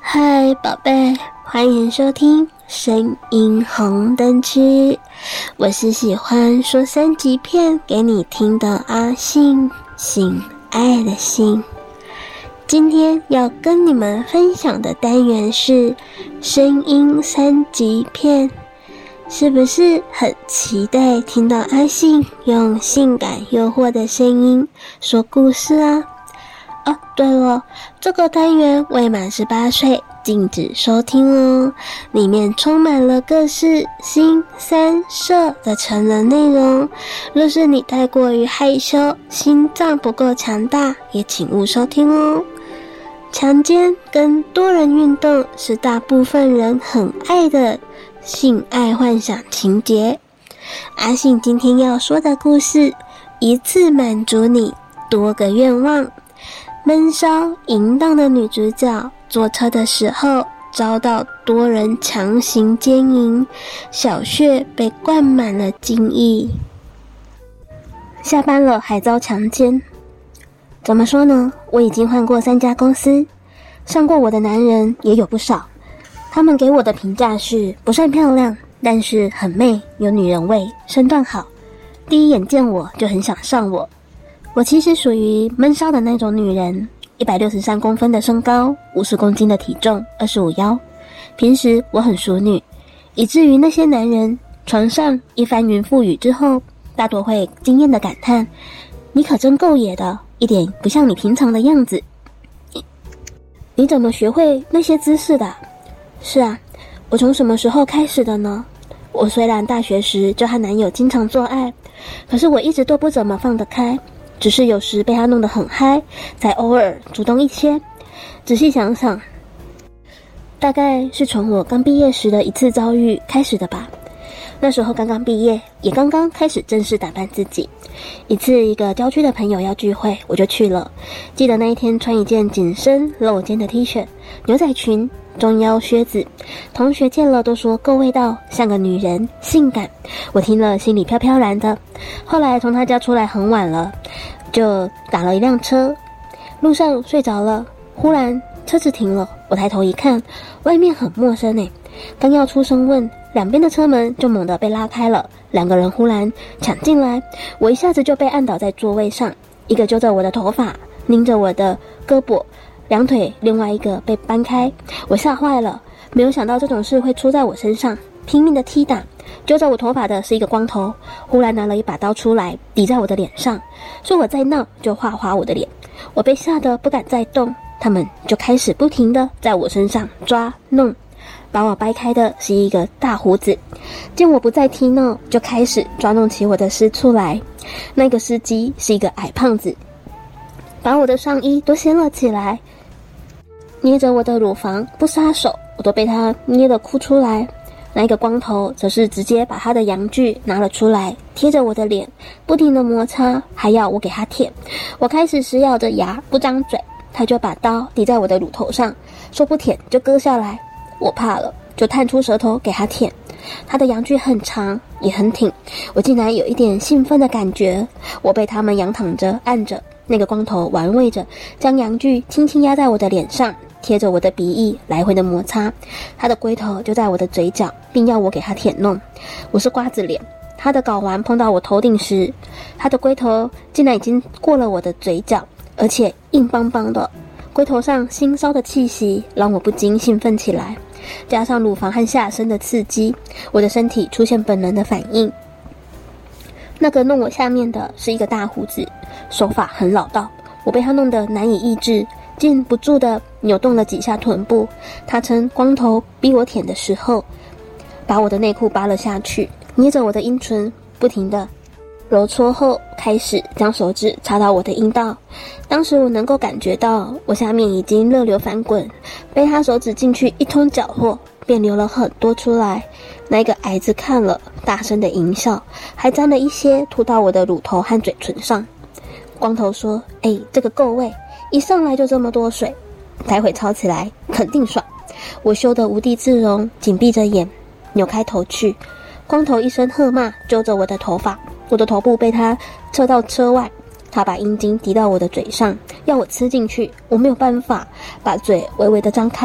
嗨，宝贝，欢迎收听声音红灯区，我是喜欢说三级片给你听的阿信，性爱的性。今天要跟你们分享的单元是声音三级片，是不是很期待听到阿信用性感诱惑的声音说故事啊？哦，对了，这个单元未满18岁禁止收听哦，里面充满了各式腥膻色的成人内容，若是你太过于害羞，心脏不够强大，也请勿收听哦。强奸跟多人运动是大部分人很爱的性爱幻想情节。阿信今天要说的故事，一次满足你多个愿望。闷骚淫荡的女主角坐车的时候遭到多人强行奸淫，小穴被灌满了精液。下班了还遭强奸，怎么说呢？我已经换过3家公司，上过我的男人也有不少，他们给我的评价是不算漂亮，但是很媚，有女人味，身段好，第一眼见我就很想上我。我其实属于闷骚的那种女人，163公分的身高，50公斤的体重，25腰。平时我很淑女，以至于那些男人床上一番云覆雨之后，大多会惊艳的感叹：你可真够野的，一点不像你平常的样子。你怎么学会那些姿势的？是啊，我从什么时候开始的呢？我虽然大学时就和男友经常做爱，可是我一直都不怎么放得开，只是有时被他弄得很嗨，才偶尔主动一些。仔细想想，大概是从我刚毕业时的一次遭遇开始的吧。那时候刚刚毕业，也刚刚开始正式打扮自己。一个郊区的朋友要聚会，我就去了。记得那一天穿一件紧身露肩的 T 恤，牛仔裙，中腰靴子，同学见了都说够味道，像个女人，性感。我听了心里飘飘然的。后来从他家出来很晚了，就打了一辆车，路上睡着了，忽然车子停了，我抬头一看，外面很陌生诶，刚要出声问，两边的车门就猛地被拉开了，2个人忽然抢进来，我一下子就被按倒在座位上，一个揪着我的头发，拎着我的胳膊，2腿另外一个被搬开，我吓坏了，没有想到这种事会出在我身上，拼命的踢打。揪着我头发的是一个光头，忽然拿了一把刀出来抵在我的脸上，说我再闹就划我的脸。我被吓得不敢再动，他们就开始不停的在我身上抓弄，把我掰开的是一个大胡子，见我不再踢闹，就开始抓弄起我的私处来。那个司机是一个矮胖子，把我的上衣都掀了起来，捏着我的乳房不撒手，我都被他捏得哭出来。那个光头则是直接把他的阳具拿了出来，贴着我的脸不停地摩擦，还要我给他舔。我开始死咬着牙不张嘴，他就把刀抵在我的乳头上，说不舔就割下来。我怕了，就探出舌头给他舔。他的阳具很长也很挺，我竟然有一点兴奋的感觉。我被他们仰躺着按着，那个光头玩味着，将阳具轻轻压在我的脸上，贴着我的鼻翼来回的摩擦，他的龟头就在我的嘴角，并要我给他舔弄。我是瓜子脸，他的睾丸碰到我头顶时，他的龟头竟然已经过了我的嘴角，而且硬邦邦的，龟头上腥臊的气息让我不禁兴奋起来，加上乳房和下身的刺激，我的身体出现本能的反应。那个弄我下面的是一个大胡子，手法很老道，我被他弄得难以抑制，禁不住的扭动了几下臀部。他趁光头逼我舔的时候，把我的内裤扒了下去，捏着我的阴唇不停的揉搓后，开始将手指插到我的阴道。当时我能够感觉到我下面已经热流翻滚，被他手指进去一通搅和，便流了很多出来。那个矮子看了大声的淫笑，还沾了一些涂到我的乳头和嘴唇上。光头说，这个够味，一上来就这么多水，待会操起来肯定爽。我羞得无地自容，紧闭着眼扭开头去。光头一声喝骂，揪着我的头发，我的头部被他侧到车外，他把阴茎滴到我的嘴上，要我吃进去。我没有办法，把嘴微微的张开，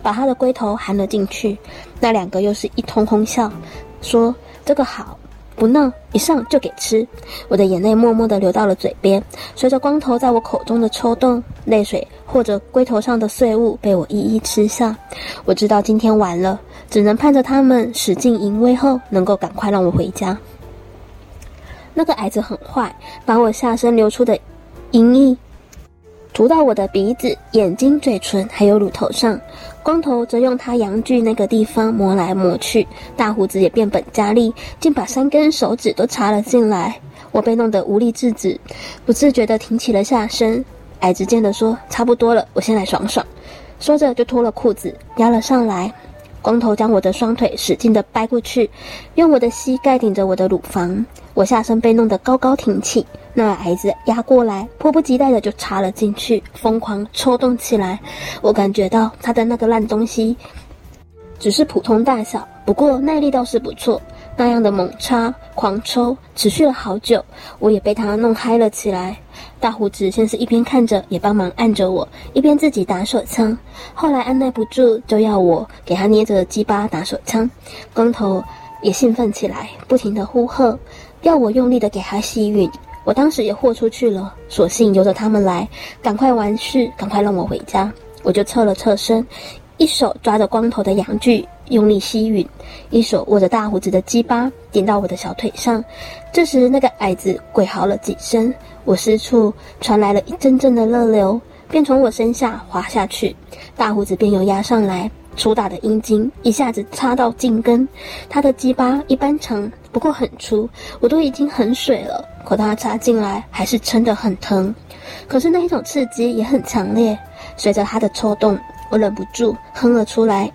把他的龟头含了进去。那两个又是一通哄笑，说这个好，不闹，一上就给吃。我的眼泪默默地流到了嘴边，随着光头在我口中的抽动，泪水或者龟头上的碎物被我一一吃下。我知道今天完了，只能盼着他们使尽淫威后能够赶快让我回家。那个矮子很坏，把我下身流出的淫液涂到我的鼻子、眼睛、嘴唇还有乳头上，光头则用他阳具那个地方磨来磨去，大胡子也变本加厉，竟把3根手指都插了进来。我被弄得无力制止，不自觉地挺起了下身。矮子见的说：“差不多了，我先来爽爽。”说着就脱了裤子压了上来。光头将我的双腿使劲地掰过去，用我的膝盖顶着我的乳房，我下身被弄得高高挺起。那矮子压过来，迫不及待的就插了进去，疯狂抽动起来。我感觉到他的那个烂东西只是普通大小，不过耐力倒是不错。那样的猛插狂抽持续了好久，我也被他弄嗨了起来。大胡子先是一边看着也帮忙按着我，一边自己打手枪，后来按耐不住就要我给他捏着鸡巴打手枪。光头也兴奋起来，不停地呼喝，要我用力的给他吸吮。我当时也豁出去了，索性由着他们来，赶快完事，赶快让我回家。我就侧了侧身，一手抓着光头的阳具用力吸吮，一手握着大胡子的鸡巴顶到我的小腿上。这时那个矮子鬼嚎了几声，我私处传来了一阵阵的热流，便从我身下滑下去，大胡子便又压上来，粗大的阴茎一下子插到茎根。他的鸡巴一般长，不过很粗，我都已经很水了，可他插进来还是撑得很疼。可是那一种刺激也很强烈，随着他的抽动，我忍不住哼了出来，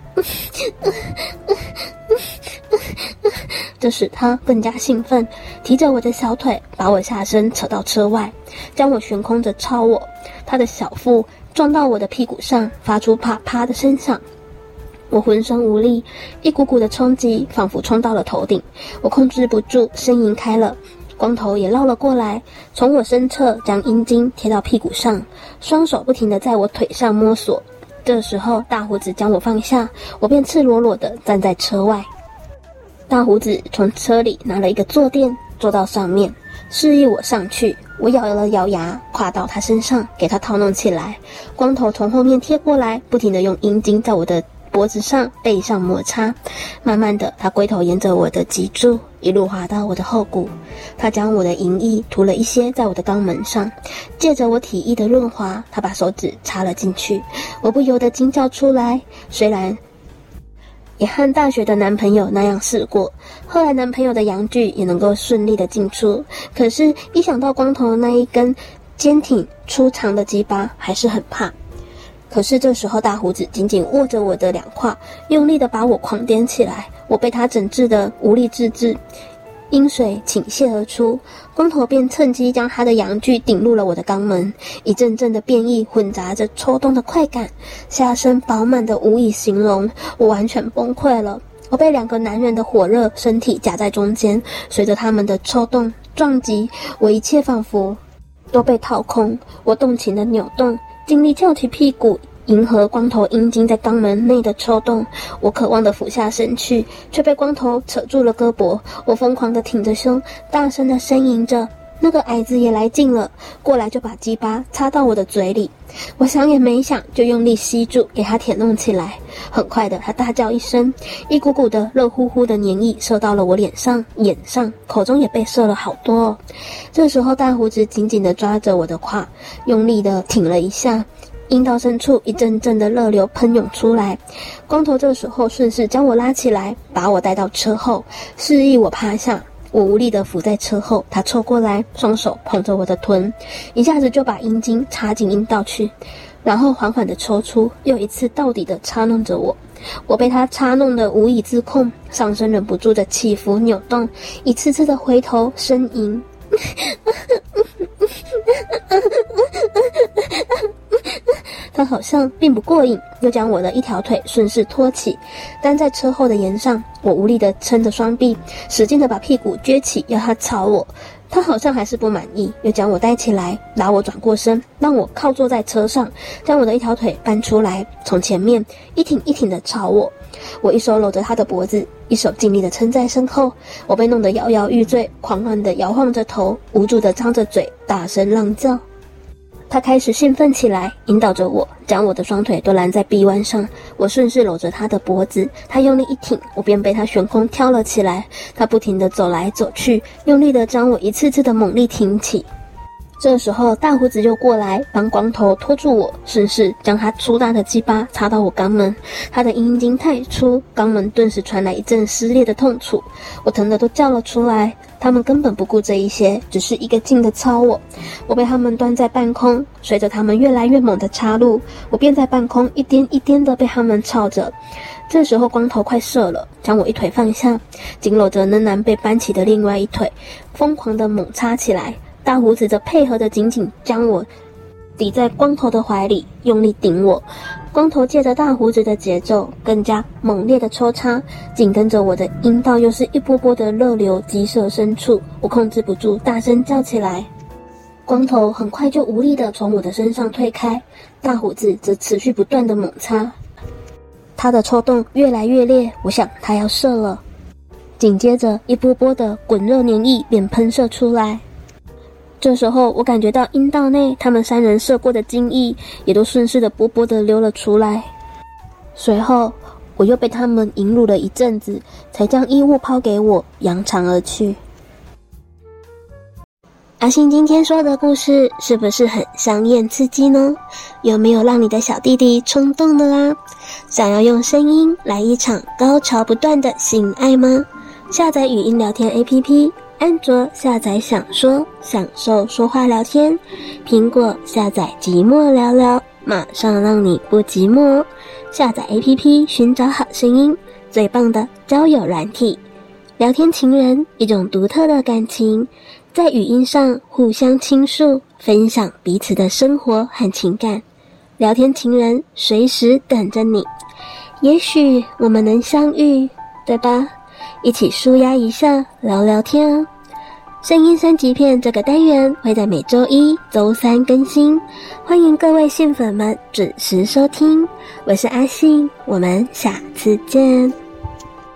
这使他更加兴奋，提着我的小腿把我下身扯到车外，将我悬空着超我。他的小腹撞到我的屁股上，发出啪啪的声响。我浑身无力，一股股的冲击仿佛冲到了头顶，我控制不住呻吟开了。光头也绕了过来，从我身侧将阴茎贴到屁股上，双手不停地在我腿上摸索。这时候大胡子将我放下，我便赤裸裸地站在车外。大胡子从车里拿了一个坐垫坐到上面，示意我上去。我咬了咬牙，跨到他身上给他套弄起来。光头从后面贴过来，不停地用阴茎在我的脖子上、背上摩擦。慢慢的，他龟头沿着我的脊柱一路滑到我的后骨。他将我的淫液涂了一些在我的肛门上，借着我体液的润滑，他把手指插了进去。我不由得惊叫出来。虽然也和大学的男朋友那样试过，后来男朋友的阳具也能够顺利的进出，可是一想到光头那一根坚挺粗长的鸡巴，还是很怕。可是这时候大胡子紧紧握着我的两胯，用力的把我狂颠起来，我被他整治的无力自制，阴水倾泻而出。光头便趁机将他的阳具顶入了我的肛门，一阵阵的变异混杂着抽动的快感，下身饱满的无以形容，我完全崩溃了。我被两个男人的火热身体夹在中间，随着他们的抽动撞击，我一切仿佛都被掏空。我动情的扭动，尽力翘起屁股，迎合光头阴茎在肛门内的抽动。我渴望的俯下身去，却被光头扯住了胳膊。我疯狂的挺着胸，大声的呻吟着。那个矮子也来劲了，过来就把鸡巴插到我的嘴里。我想也没想，就用力吸住，给他舔弄起来。很快的，他大叫一声，一股股的热乎乎的黏液射到了我脸上、眼上，口中也被射了好多哦。这时候大胡子紧紧地抓着我的胯，用力地挺了一下，阴道深处一阵阵的热流喷涌出来。光头这时候顺势将我拉起来，把我带到车后，示意我趴下。我无力地伏在车后，他凑过来，双手捧着我的臀，一下子就把阴茎插进阴道去，然后缓缓地抽出，又一次到底地插弄着我。我被他插弄得无以自控，上身忍不住的起伏扭动，一次次的回头呻吟。他好像并不过瘾，又将我的一条腿顺势托起，担在车后的沿上。我无力地撑着双臂，使劲地把屁股撅起，要他朝我。 他好像还是不满意，又将我带起来，拉我转过身，让我靠坐在车上，将我的一条腿搬出来，从前面一挺一挺地朝我。我一手搂着他的脖子，一手尽力地撑在身后。我被弄得摇摇欲坠，狂乱地摇晃着头，无助地张着嘴，大声浪叫。他开始兴奋起来，引导着我，将我的双腿都拦在臂弯上。我顺势搂着他的脖子，他用力一挺，我便被他悬空挑了起来。他不停地走来走去，用力地将我一次次的猛力挺起。这时候大胡子就过来帮光头拖住我，顺势将他粗大的鸡巴插到我肛门。他的阴茎太粗，肛门顿时传来一阵撕裂的痛楚，我疼得都叫了出来。他们根本不顾这一些，只是一个劲地操我。我被他们端在半空，随着他们越来越猛的插入，我便在半空一颠一颠地被他们操着。这时候光头快射了，将我一腿放下，紧搂着仍然被搬起的另外一腿，疯狂地猛插起来。大胡子则配合着紧紧将我抵在光头的怀里，用力顶我。光头借着大胡子的节奏，更加猛烈的抽插，紧跟着我的阴道又是一波波的热流急射深处，我控制不住，大声叫起来。光头很快就无力地从我的身上退开，大胡子则持续不断的猛插，他的抽动越来越烈，我想他要射了。紧接着一波波的滚热黏液便喷射出来。这时候我感觉到阴道内他们三人射过的精液也都顺势的波波的流了出来。随后我又被他们淫辱了一阵子，才将衣物抛给我，扬长而去。阿信今天说的故事是不是很香艳刺激呢？有没有让你的小弟弟冲动的啦？想要用声音来一场高潮不断的性爱吗？下载语音聊天 APP，安卓下载享说，享受说话聊天；苹果下载寂寞聊聊，马上让你不寂寞哦。下载 APP 寻找好声音，最棒的交友软体。聊天情人，一种独特的感情，在语音上互相倾诉，分享彼此的生活和情感。聊天情人随时等着你，也许我们能相遇，对吧？一起抒压一下，聊聊天啊。声音三级片这个单元会在每周一、周三更新，欢迎各位性粉们准时收听。我是阿信，我们下次见。